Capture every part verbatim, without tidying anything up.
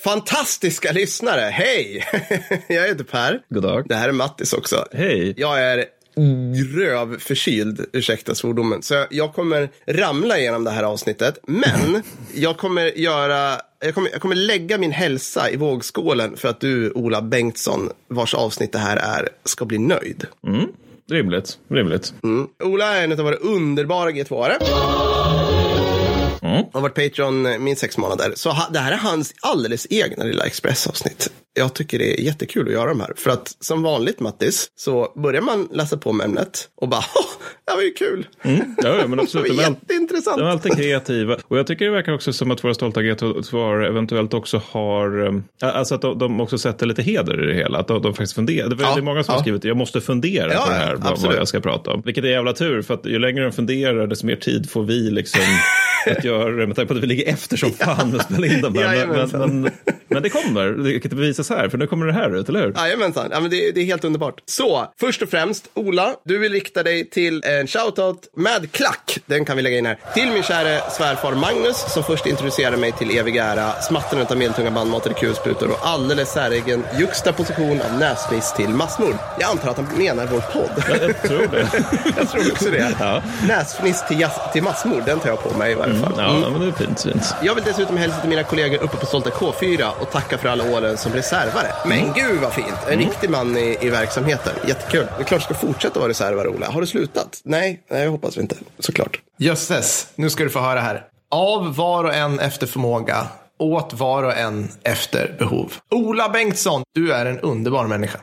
fantastiska lyssnare. Hej! Jag heter Per. God dag. Det här är Mattis också. Hej. Jag är rövförkyld, ursäkta svordomen. Så jag kommer ramla igenom det här avsnittet. Men jag kommer göra... Jag kommer, jag kommer lägga min hälsa i vågskålen för att du, Ola Bengtsson, vars avsnitt det här är, ska bli nöjd. Mm. Rimligt, rimligt. Mm. Ola är en av våra underbara G två-are. Mm. Har varit Patreon minst sex månader. Så ha, det här är hans alldeles egna lilla Express-avsnitt. Jag tycker det är jättekul att göra de här. För att som vanligt, Mattis, så börjar man läsa på om ämnet och bara, det var ju kul. Mm. Ja, men absolut. Det var de jätteintressant. De är alltid kreativa. Och jag tycker det verkar också som att våra stolta G två eventuellt också har, alltså att de, de också sätter lite heder i det hela. Att de, de faktiskt funderar. Det är väldigt ja, många som ja. har skrivit, jag måste fundera ja, på det här, vad, vad jag ska prata om. Vilket är jävla tur, för att ju längre de funderar, desto mer tid får vi liksom att göra, med tanke på att vi ligger efter som fan med att spela in dem här. Ja, men, men, men, men det kommer, det kan inte bevisas här, för nu kommer det här ut, eller hur? Jajamensan, ja, men det, det är helt underbart. Så, först och främst, Ola, du vill rikta dig till en shoutout med klack, den kan vi lägga in här, till min kära svärfar Magnus, som först introducerade mig till evig ära, smattrandet av medeltunga bandmatade kulsprutor och alldeles säregen juxtaposition av näsfniss till massmord. Jag antar att han menar vår podd. Jag, jag tror det. Jag tror också det. Ja. Näsfniss till, jas- till massmord, den tar jag på mig i varje fall. Mm, ja, mm. men det är fint, fint. Jag vill dessutom hälsa till mina kollegor uppe på Stolta K fyra och tacka för alla åren som reservare. Men mm. gud vad fint. En mm. riktig man i, i verksamheten. Jättekul. Det är klart ska fortsätta vara reservare, Ola. Har du slutat? Nej, nej, jag hoppas vi inte. Såklart. Jösses, nu ska du få höra här. Av var och en efter förmåga. Åt var och en efter behov. Ola Bengtsson, du är en underbar människa.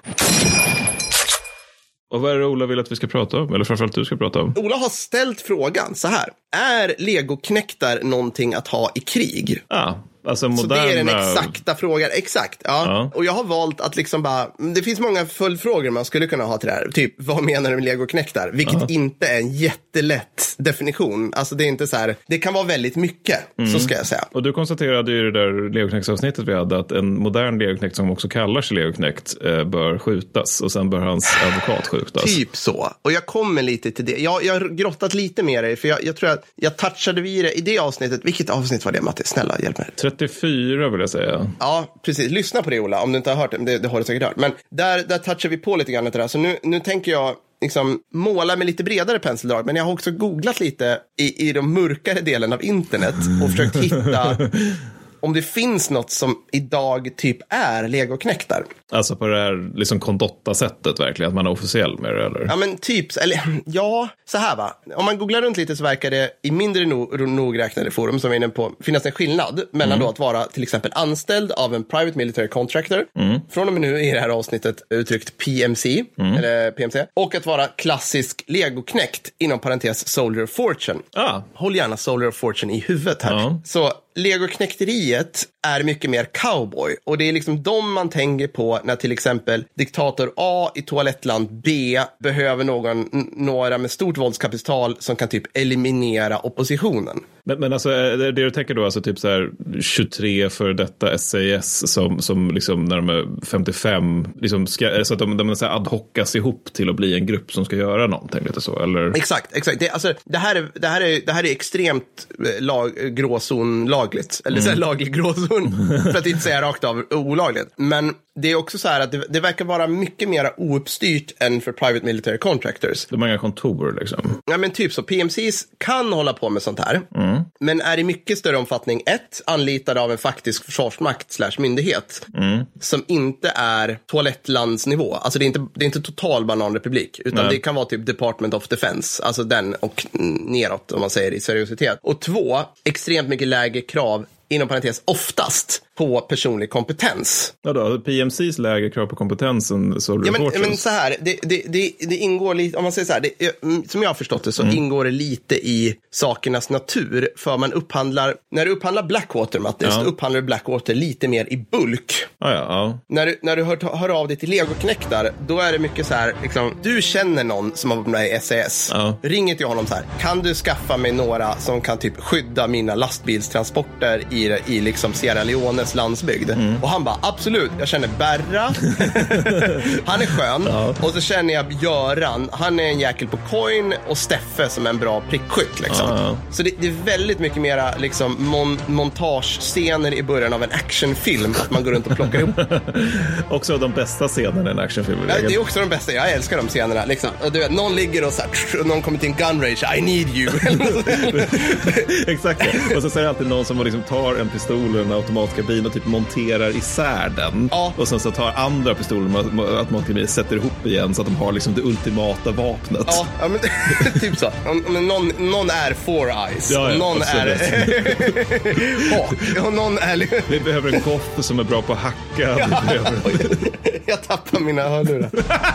Och vad är det Ola vill att vi ska prata om? Eller framförallt du ska prata om? Ola har ställt frågan så här. Är legoknektar någonting att ha i krig? Ja. Alltså moderna... Så det är den exakta frågan. Exakt, ja. ja. Och jag har valt att liksom bara... Det finns många följdfrågor man skulle kunna ha till det här. Typ, vad menar du med legoknektar? Vilket ja. inte är en jättelätt definition. Alltså det är inte så här... Det kan vara väldigt mycket, mm. så ska jag säga. Och du konstaterade ju i det där legoknektsavsnittet vi hade att en modern legoknekt som också kallar sig legoknekt eh, bör skjutas. Och sen bör hans advokat skjutas. Typ så. Och jag kommer lite till det. Jag, jag har grottat lite mer i det. För jag, jag tror att jag touchade vid det i det avsnittet. Vilket avsnitt var det, Mattis? Snälla, hjälp mig. trettiofyra vill jag säga. Ja, precis. Lyssna på det, Ola, om du inte har hört det. Det, det har du säkert hört. Men där, där touchar vi på lite grann det där. Så nu, nu tänker jag liksom måla med lite bredare penseldrag. Men jag har också googlat lite i, i de mörkare delen av internet och försökt hitta om det finns något som idag typ är legoknektar. Alltså på det här liksom Condotta-sättet verkligen, att man är officiell med det, eller? Ja, men typ, eller ja, så här va. Om man googlar runt lite så verkar det i mindre no- nogräknade forum som är inne på, finnas en skillnad mellan mm. då att vara till exempel anställd av en private military contractor, mm. från och med nu i det här avsnittet uttryckt P M C, mm. eller P M C, och att vara klassisk legoknekt, inom parentes Soldier of Fortune. Ah. Håll gärna Soldier of Fortune i huvudet här. Ah. Så legoknekteriet är mycket mer cowboy. Och det är liksom de man tänker på när till exempel diktator A i toalettland B behöver någon, några med stort våldskapital som kan typ eliminera oppositionen. Men, men alltså, det du tänker då, alltså typ så här tjugotre för detta S A S som, som liksom när de är femtiofem, liksom ska, så att de, de så här ad hocas ihop till att bli en grupp som ska göra någonting, lite så, eller? Exakt, exakt. Det, alltså, det, här är, det, här är, det här är extremt lag, gråzon lagligt, eller mm. så här laglig gråzon, för att inte säga rakt av olagligt. Men det är också så här att det, det verkar vara mycket mer ouppstyrt än för private military contractors. De har inga kontor liksom. Ja, men typ så. P M Cs kan hålla på med sånt här. Mm. Men är i mycket större omfattning ett, anlitad av en faktisk försvarsmakt slash myndighet mm. som inte är toalettlandsnivå. Alltså det är inte, det är inte total bananrepublik, utan Nej. det kan vara typ Department of Defense, alltså den och neråt om man säger i seriositet. Och två, extremt mycket lägre krav, inom parentes oftast, på personlig kompetens. Ja då, P M C's lägre krav på kompetensen så ja, men, men så här, det, det, det, det ingår lite, om man säger så här, det, som jag har förstått det så mm. ingår det lite i sakernas natur, för man upphandlar, när du upphandlar Blackwater, Mattis, ja. då upphandlar du Blackwater lite mer i bulk. Ja, ja, ja. När du, när du hör, hör av dig till legoknektar, då är det mycket så här, liksom, du känner någon som har varit med i S A S. Ja. Ringer till honom så här, kan du skaffa mig några som kan typ skydda mina lastbilstransporter i, i liksom Sierra Leone Bollnäs landsbygd. Mm. Och han bara, absolut, jag känner Berra. Han är skön. Ja. Och så känner jag Göran. Han är en jäkel på coin. Och Steffe som är en bra prickskytt liksom. Ja. Så det, det är väldigt mycket mera liksom mon- montagescener i början av en actionfilm. Att man går runt och plockar ihop. Också de bästa scenerna i en actionfilm. Ja, det är också de bästa. Jag älskar de scenerna liksom. Och du vet, någon ligger och så här, och någon kommer till en gun range. I need you. Exakt. Och så säger alltid någon som liksom tar en pistol och en automatkabin och typ monterar isär den. Ja. Och sen så tar andra pistoler med automatkabin, sätter ihop igen så att de har liksom det ultimata vapnet. Ja, ja men typ så. Men någon, någon är Four Eyes. Ja, ja, och någon är Hawk. Och någon är... Vi behöver en goth som är bra på att hacka. Ja, behöver... Jag tappar mina hörlurar.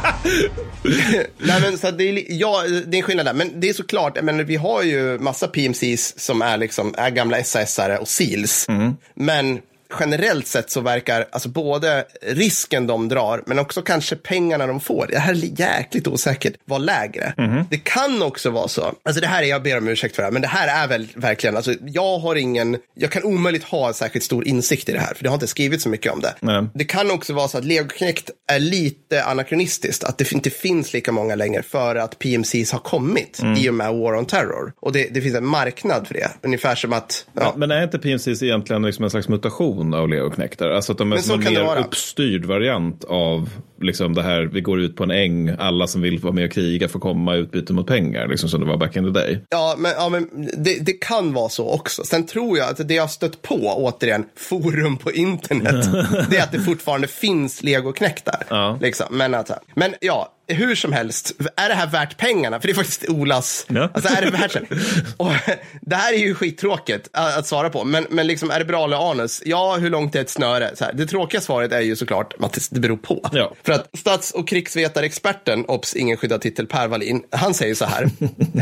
Nej men så det är, ja, det är en skillnad där. Men det är såklart, men vi har ju massa P M Cs som är liksom är gamla S A S-are och SEALs. Mm. Men generellt sett så verkar alltså både risken de drar men också kanske pengarna de får, det här är jäkligt osäkert, var lägre. Mm. Det kan också vara så, alltså det här är, jag ber om ursäkt för det här, men det här är väl verkligen, alltså jag har ingen, jag kan omöjligt ha en särskilt stor insikt i det här, för det har inte skrivit så mycket om det. Mm. Det kan också vara så att LegoConnect är lite anakronistiskt, att det inte finns lika många längre för att P M Cs har kommit mm. i och med War on Terror. Och det, det finns en marknad för det, ungefär som att... Ja. Men, men är inte P M Cs egentligen liksom en slags mutation av LegoConnect? Alltså att de är som en mer uppstyrd variant av liksom det här, vi går ut på en äng, alla som vill vara med och kriga får komma i utbyte mot pengar, liksom som det var back in the day. Ja, men, ja, men det, det kan vara så också. Sen tror jag att det har stött på, återigen, forum på internet, det är att det fortfarande finns LegoConnectar. Ja. Liksom. Men, att, men ja, hur som helst, är det här värt pengarna? För det är faktiskt Olas. Ja. Alltså är det värt det? Och det här är ju skittråkigt att, att svara på. Men, men liksom, är det bra eller anus? Ja, hur långt är ett snöre? Så här, det tråkiga svaret är ju såklart att det beror på. Ja. För att stats- och krigsvetarexperten, ops, ingen skyddad titel, Per Wallin, han säger så här.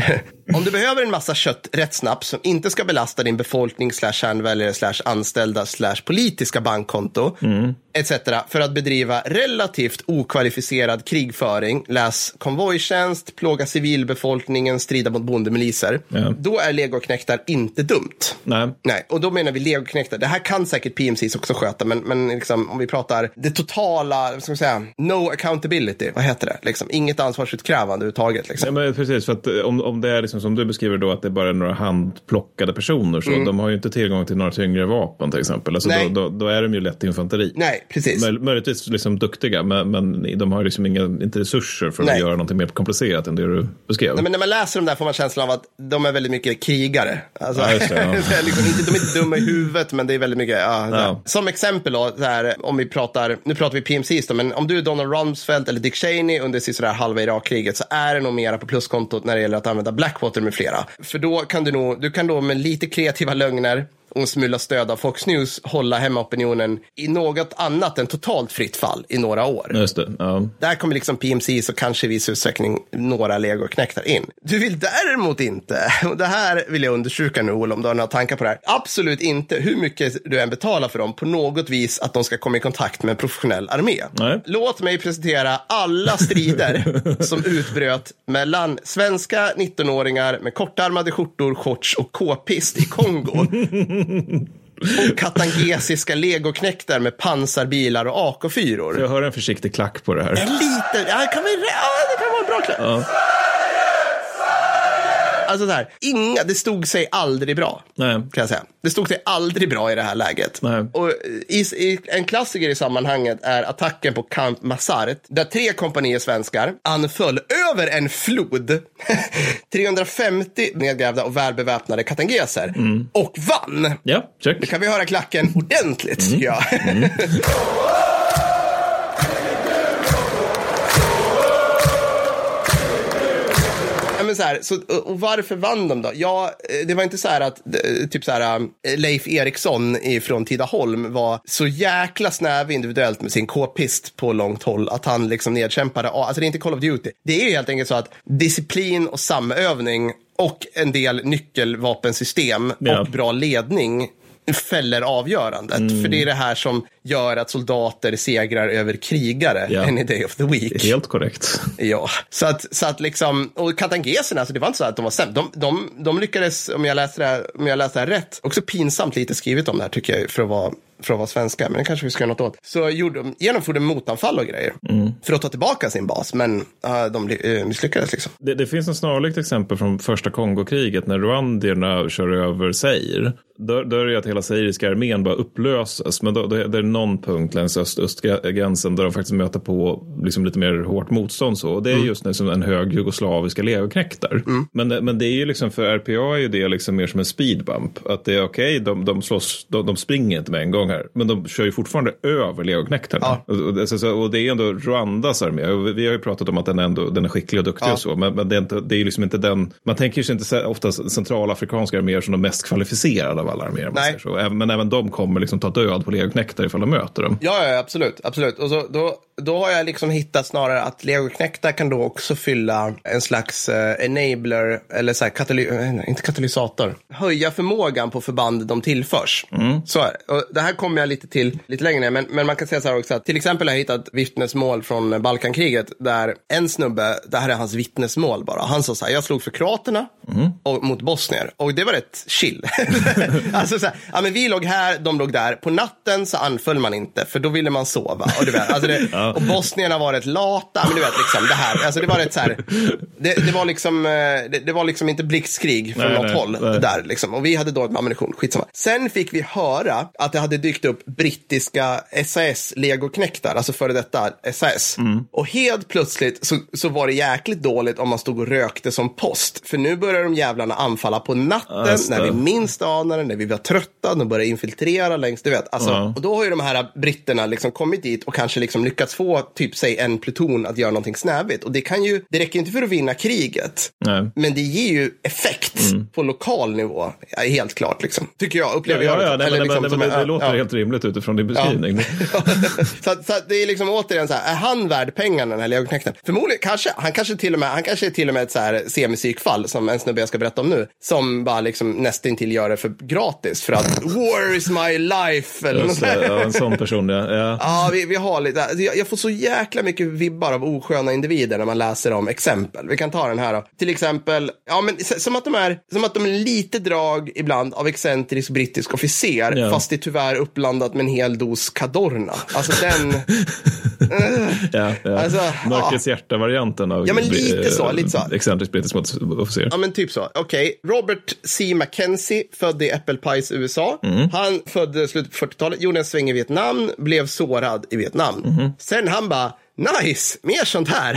Om du behöver en massa kött rätt snabbt som inte ska belasta din befolkning slash kärnväljare slash anställda slash politiska bankkonto mm. et cetera för att bedriva relativt okvalificerad krigföring, läs konvojtjänst, plåga civilbefolkningen, strida mot bondemiliser, ja. Då är LegoConnectar inte dumt. Nej. Nej. Och då menar vi LegoConnectar. Det här kan säkert P M Cs också sköta, men, men liksom, om vi pratar det totala, vad ska man säga, no accountability, vad heter det? Liksom, inget ansvarsutkrävande överhuvudtaget. Liksom. Ja, men precis, för att om, om det är liksom som du beskriver då, att det är bara några handplockade personer, så mm. de har ju inte tillgång till några tyngre vapen till exempel. Alltså då, då, då är de ju lätt infanteri. Nej, precis. Möj, möjligtvis liksom duktiga, men, men de har liksom inga, inte resurser för Nej. Att göra någonting mer komplicerat än det du beskrev. Nej, men när man läser dem där får man känslan av att de är väldigt mycket krigare. Alltså, ja, just det, ja. liksom, inte, de är inte dumma i huvudet, men det är väldigt mycket... Ja, ja. Som exempel då, så här, om vi pratar, nu pratar vi P M Cs då, men om du är Donald Rumsfeld eller Dick Cheney under sådär halva Irakkriget, så är det nog mera på pluskontot när det gäller att använda Blackwater med flera. För då kan du nog, du kan då med lite kreativa lögner och en smula stöd av Fox News hålla hemmaopinionen i något annat än totalt fritt fall i några år. Just det, ja. Där kommer liksom P M C så kanske i viss utsträckning några LegoConnectar in. Du vill däremot inte, och det här vill jag undersöka nu, om du har några tankar på det här, absolut inte hur mycket du än betalar för dem på något vis att de ska komma i kontakt med en professionell armé. Nej. Låt mig presentera alla strider som utbröt mellan svenska nittonåringar med kortärmade skjortor, shorts och k-pist i Kongo och katangesiska LegoConnectar med pansarbilar och A K fyra. Jag hör en försiktig klack på det här. En liten, ja, kan vi, ja, det kan vara en bra klack. Ja. Alltså så här, inga, det stod sig aldrig bra. Nej. Kan jag säga. Det stod sig aldrig bra i det här läget. Nej. Och i, i, en klassiker i sammanhanget är attacken på Camp Mazart, där tre kompanier svenskar anföll över en flod trehundrafemtio nedgrävda och välbeväpnade katangeser mm. och vann. Ja, check. Nu kan vi höra klacken ordentligt, mm. tycker jag. Mm. Men så här, så, och varför vann de då? Ja, det var inte så här att typ så här, Leif Eriksson från Tidaholm var så jäkla snäv individuellt med sin k-pist på långt håll att han liksom nedkämpade. Alltså det är inte Call of Duty. Det är helt enkelt så att disciplin och samövning och en del nyckelvapensystem ja. Och bra ledning fäller avgörandet. Mm. För det är det här som gör att soldater segrar över krigare ja. Any day of the week. Helt korrekt. Ja, så att, så att liksom, och katangeserna, alltså det var inte så att de var sämst. De, de, de lyckades, om jag läste det här, om jag läste det här rätt, också pinsamt lite skrivet om det här tycker jag, för att vara för att vara svenska, men det kanske vi ska göra något åt. Så gjorde de, genomförde de motanfall och grejer mm. för att ta tillbaka sin bas, men uh, de uh, misslyckades liksom. Det, det finns en snarlikt exempel från första Kongokriget när rwandierna kör över Zaire. Då, då är det att hela zairiska armén bara upplöses, men då, då är det någon punkt längs öst-östgränsen där de faktiskt möter på liksom lite mer hårt motstånd så. Och det är mm. just nu som en hög jugoslaviska legoknektar. Mm. Men, men det är ju liksom för R P A är ju det liksom mer som en speedbump. Att det är okej, okay, de, de slåss, de, de springer inte med en gång här, men de kör ju fortfarande över legoknektarna. Ja. Och, och, och det är ändå Rwandas armé. Och vi har ju pratat om att den är, ändå, den är skicklig och duktig ja. och så, men, men det är, inte, det är ju liksom inte den, man tänker ju inte ofta centralafrikanska arméer som de mest kvalificerade av alla arméer. Nej. Så. Men även de kommer liksom ta död på legoknektar ifall de möter dem. Ja, ja absolut. absolut. Och så, då, då har jag liksom hittat snarare att legoknektar kan då också fylla en slags uh, enabler, eller så här, kataly- inte katalysator. Höja förmågan på förband de tillförs. Mm. Så här. Och det här kommer jag lite till lite längre ner, men, men man kan säga så här också att till exempel har jag hittat vittnesmål från Balkankriget där en snubbe, det här är hans vittnesmål bara, han sa så här, jag slog för kroaterna mm. och, mot bosnier, och det var rätt chill. Alltså så här, ja men vi låg här, de låg där. På natten så anföll man inte, för då ville man sova. Och, du vet, alltså det, ja. och bosnierna var rätt lata, men du vet liksom det här, alltså det var rätt så här, det, det var liksom det, det var liksom inte blixtkrig från nej, något nej, håll nej. där liksom. Och vi hade dåligt med ammunition, skitsamma. Sen fick vi höra att det hade dykt upp brittiska S A S-legoknektar, alltså före detta S A S. Mm. Och helt plötsligt så, så var det jäkligt dåligt om man stod och rökte som post. För nu börjar de jävlarna anfalla på natten, alltså. när vi minst anar, när vi var trötta, de börjar infiltrera längs, du vet. Alltså, uh-huh. Och då har ju de här britterna liksom kommit dit och kanske liksom lyckats få typ, säg en pluton att göra någonting snävigt. Och det kan ju, det räcker inte för att vinna kriget. Nej. Men det ger ju effekt mm. på lokal nivå. Ja, helt klart liksom. Tycker jag, upplever ja, jag ja, det. Nej, Eller men, liksom, men, men, är, det låter ja. helt rimligt utifrån din beskrivning. Ja. så, så det är liksom återigen så här, är han värd pengarna den här legoknekten? Förmodligen, kanske, han kanske till och med, han kanske är till och med ett så här semipsykfall som en snubbe jag ska berätta om nu, som bara liksom nästintill gör det för gratis för att war is my life eller något det, ja, en sån person, ja. Ja, ja vi, vi har lite, jag, jag får så jäkla mycket vibbar av osköna individer när man läser om exempel. Vi kan ta den här då. Till exempel, ja men som att de är, som att de är lite drag ibland av excentrisk brittisk officer, ja. fast det är tyvärr uppblandat med en hel dos Cadorna. Alltså den... ja, ja. Alltså, Mörkrets ja. hjärta-varianten av ja, men lite så, lite så. excentrisk brittisk officer. Ja, men typ så. Okej, okay. Robert C. Mackenzie född i Apple Pies, U S A. Mm. Han föddes slutet på fyrtiotalet, gjorde en sväng i Vietnam, blev sårad i Vietnam. Mm. Sen han bara, nice, mer sånt här.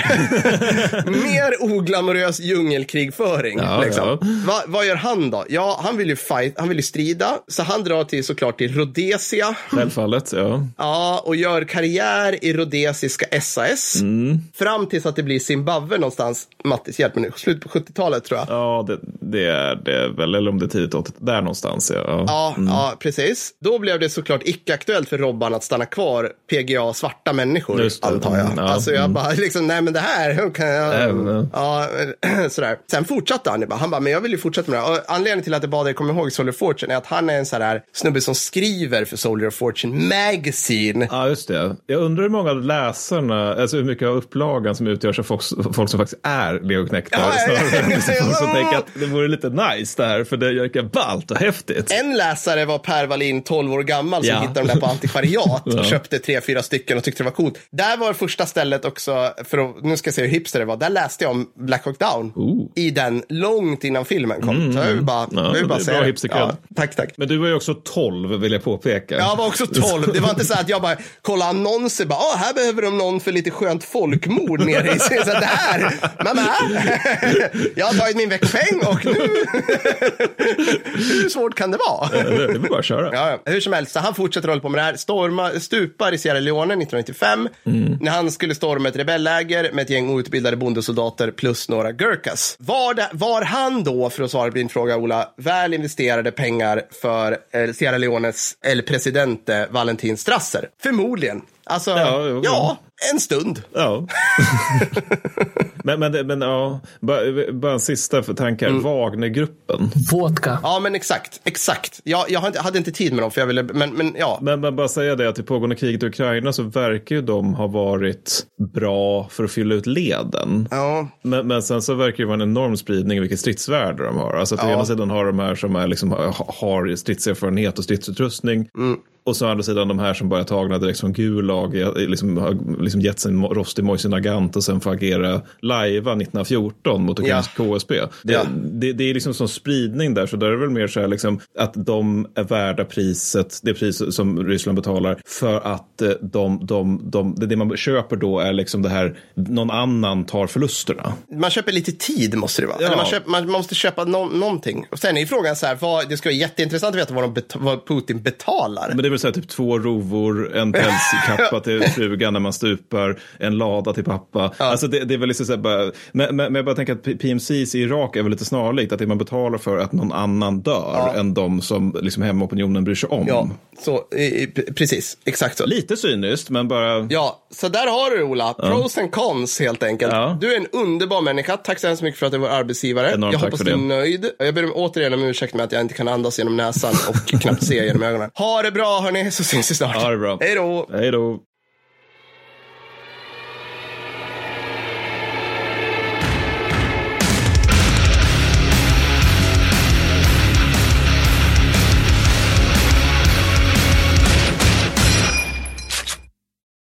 Mer oglamorös djungelkrigföring. Ja, liksom. ja. Va, vad gör han då? Ja, han vill ju fight, han vill ju strida. Så han drar till såklart till Rhodesia. Självfallet, ja. Ja, och gör karriär i rhodesiska S A S. Mm. Fram tills att det blir Zimbabwe någonstans. Mattis, hjälp mig nu. Slut på sjuttiotalet tror jag. Ja, det, det är det väl. Eller om det är tidigt åt där någonstans. Ja, ja, mm. ja, precis. Då blev det såklart icke-aktuellt för Robban att stanna kvar P G A svarta människor, antar jag. Ja, alltså jag mm. bara liksom, nej men det här hur kan jag, mm. ja, sådär. Sen fortsatte han, bara, han bara, men jag vill ju fortsätta med det. Och anledningen till att jag bad dig komma ihåg Soldier of Fortune är att han är en sån här snubbe som skriver för Soldier of Fortune Magazine. Ja, just det. Jag undrar hur många av läsarna, alltså hur mycket av upplagan som utgörs av folk, folk som faktiskt är legoknektar. Ja, snarare än folk som tänker att det vore lite nice det här, för det gör ballt och häftigt. En läsare var Per Wallin, tolv år gammal, som ja. hittade dem där på antikvariat och ja. köpte tre, fyra stycken och tyckte det var coolt. Där var första stället också, för att, nu ska jag se hur hipster det var, där läste jag om Black Hawk Down Ooh. i den långt innan filmen kom. Mm. Så jag vill bara, ja, jag vill bara säga det. Ja, tack, tack. Men du var ju också tolv, vill jag påpeka. Jag var också tolv. Det var inte så att jag bara kollade annonser, bara, åh, här behöver de någon för lite skönt folkmord nere i så det här, mamma, jag har tagit min veckopeng och nu hur svårt kan det vara? Det, det vill bara köra. Ja, hur som helst, så han fortsätter hålla på med det här. Storma, stupar i Sierra Leone nittonhundranittiofem mm. när han skulle storma ett rebelläger med ett gäng outbildade bondesoldater plus några Gurkhas. Var, det, var han då, för att svara på din fråga Ola, väl investerade pengar för eh, Sierra Leones eller president eh, Valentin Strasser? Förmodligen. Alltså, ja, ja, ja en stund. Ja. men, men, men ja, bara, bara en sista för tankar. Mm. Wagnergruppen. Vodka. Ja, men exakt. Exakt. Jag, jag hade inte tid med dem, för jag ville, men, men ja. Men, men bara säga det, att i pågående kriget i Ukraina så verkar ju de ha varit bra för att fylla ut leden. Ja. Men, men sen så verkar det vara en enorm spridning i vilket stridsvärde de har. Alltså att ja. å ena sidan har de här som är liksom, har stridserfarenhet och stridsutrustning. Mm. Och så å andra sidan de här som bara är tagna direkt från Gulag, liksom har liksom gett sin rostig Moise Nagant och sen får agera live nittonhundrafjorton mot ukrainsk ja. K S P. Det, ja. det, det är liksom sån spridning där, så där är det väl mer så här liksom att de är värda priset, det pris som Ryssland betalar, för att de, de, de, det man köper då är liksom det här, någon annan tar förlusterna. Man köper lite tid måste det vara. Ja. Eller man, köper, man måste köpa no- någonting. Och sen är frågan så här, vad, det ska vara jätteintressant att veta vad, de bet- vad Putin betalar. Men det är väl så här, typ två rovor, en pälskappa till frugan när man stupar, en lada till pappa. Ja. Alltså det, det är väl liksom så här bara, men, men, men jag bara tänker att P M Cs i Irak är väl lite snarlikt, att det man betalar för att någon annan dör ja. än de som liksom hemmaopinionen bryr sig om. Ja, så, i, precis, exakt så. Lite cyniskt, men bara... Ja, så där har du Ola, pros ja. and cons helt enkelt. Ja. Du är en underbar människa, tack så hemskt mycket för att du var arbetsgivare. Enormt, jag hoppas du är nöjd. Jag ber återigen om ursäkt med att jag inte kan andas genom näsan och knappt se genom ögonen. Ha det bra hörni, så syns vi snart. Ha det bra. Hej då. Hej då.